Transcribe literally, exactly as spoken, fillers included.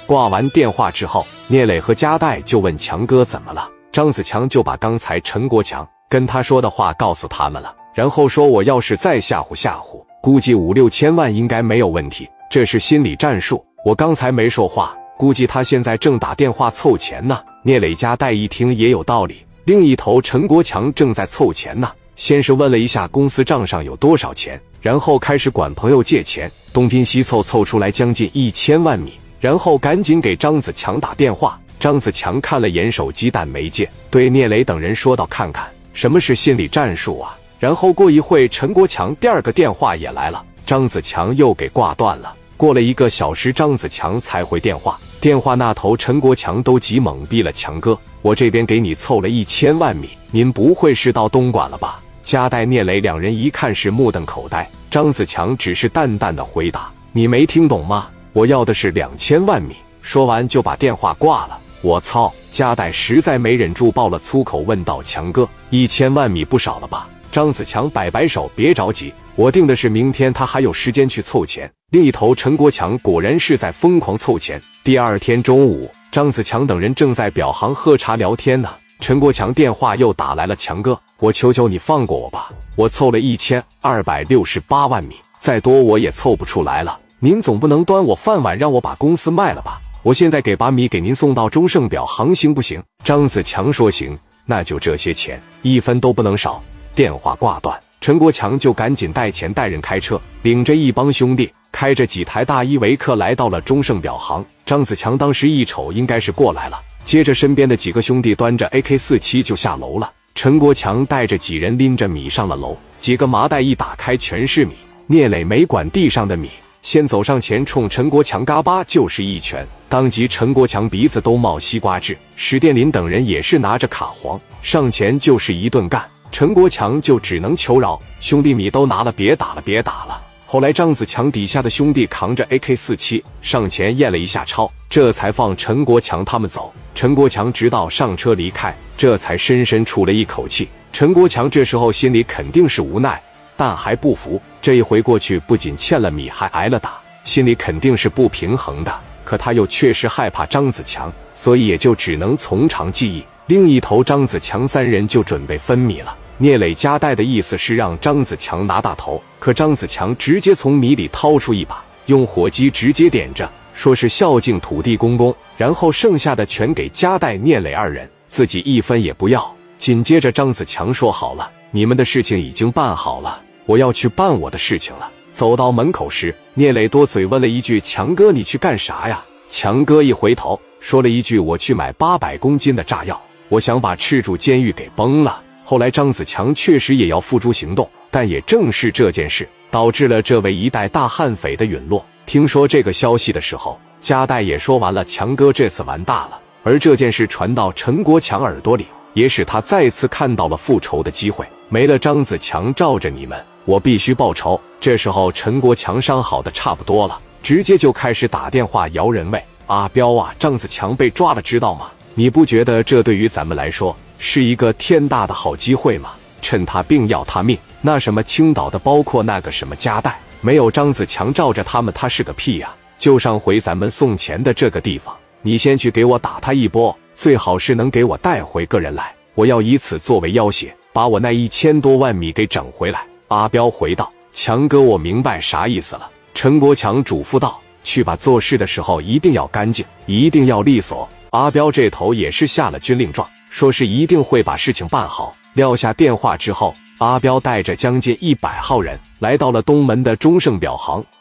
挂完电话之后，聂磊和加代就问强哥怎么了，张子强就把刚才陈国强跟他说的话告诉他们了，然后说我要是再吓唬吓唬，估计五六千万应该没有问题，这是心理战术。我刚才没说话，估计他现在正打电话凑钱呢。聂磊加代一听也有道理，另一头陈国强正在凑钱呢。先是问了一下公司账上有多少钱，然后开始管朋友借钱，东拼西凑凑出来将近一千万米，然后赶紧给张子强打电话。张子强看了眼手机但没接，对聂磊等人说道：看看什么是心理战术啊。然后过一会陈国强第二个电话也来了，张子强又给挂断了。过了一个小时张子强才回电话，电话那头陈国强都急懵逼了，强哥，我这边给你凑了一千万米，您不会是到东莞了吧？加代聂磊两人一看是目瞪口呆，张子强只是淡淡的回答：你没听懂吗？我要的是两千万米。说完就把电话挂了。我操！加代实在没忍住爆了粗口，问道：强哥，一千万米不少了吧？张子强摆摆手：别着急，我定的是明天他还有时间去凑钱。另一头陈国强果然是在疯狂凑钱。第二天中午，张子强等人正在表行喝茶聊天呢，陈国强电话又打来了：强哥，我求求你放过我吧，我凑了一千二百六十八万米，再多我也凑不出来了，您总不能端我饭碗让我把公司卖了吧？我现在给把米给您送到中盛表行行不行？张子强说行，那就这些钱，一分都不能少。电话挂断，陈国强就赶紧带钱带人开车，领着一帮兄弟开着几台大依维柯来到了中盛表行。张子强当时一瞅应该是过来了，接着身边的几个兄弟端着 A K 四十七 就下楼了。陈国强带着几人拎着米上了楼，几个麻袋一打开全是米。聂磊没管地上的米，先走上前冲陈国强嘎巴就是一拳，当即陈国强鼻子都冒西瓜汁。史殿林等人也是拿着卡簧上前就是一顿干，陈国强就只能求饶：兄弟米都拿了，别打了别打了。后来张子强底下的兄弟扛着 A K 四十七 上前验了一下钞，这才放陈国强他们走。陈国强直到上车离开，这才深深出了一口气。陈国强这时候心里肯定是无奈，但还不服，这一回过去不仅欠了米还挨了打，心里肯定是不平衡的。可他又确实害怕张子强，所以也就只能从长计议。另一头张子强三人就准备分米了，聂磊加代的意思是让张子强拿大头，可张子强直接从米里掏出一把，用火机直接点着，说是孝敬土地公公，然后剩下的全给加代聂磊二人，自己一分也不要。紧接着张子强说：好了，你们的事情已经办好了，我要去办我的事情了。走到门口时，聂磊多嘴问了一句：强哥你去干啥呀？强哥一回头说了一句：我去买八百公斤的炸药，我想把赤柱监狱给崩了。后来张子强确实也要付诸行动，但也正是这件事导致了这位一代大悍匪的陨落。听说这个消息的时候，加代也说完了，强哥这次完大了。而这件事传到陈国强耳朵里，也使他再次看到了复仇的机会。没了张子强罩着你们，我必须报仇。这时候陈国强伤好的差不多了，直接就开始打电话摇人位：阿彪啊，张子强被抓了知道吗？你不觉得这对于咱们来说是一个天大的好机会吗？趁他病要他命，那什么青岛的包括那个什么加代，没有张子强罩着他们他是个屁呀、啊！就上回咱们送钱的这个地方，你先去给我打他一波，最好是能给我带回个人来，我要以此作为要挟，把我那一千多万米给整回来。阿彪回道：强哥我明白啥意思了。陈国强嘱咐道：去吧，做事的时候一定要干净，一定要利索。阿彪这头也是下了军令状，说是一定会把事情办好。撂下电话之后，阿彪带着将近一百号人来到了东门的中盛表行。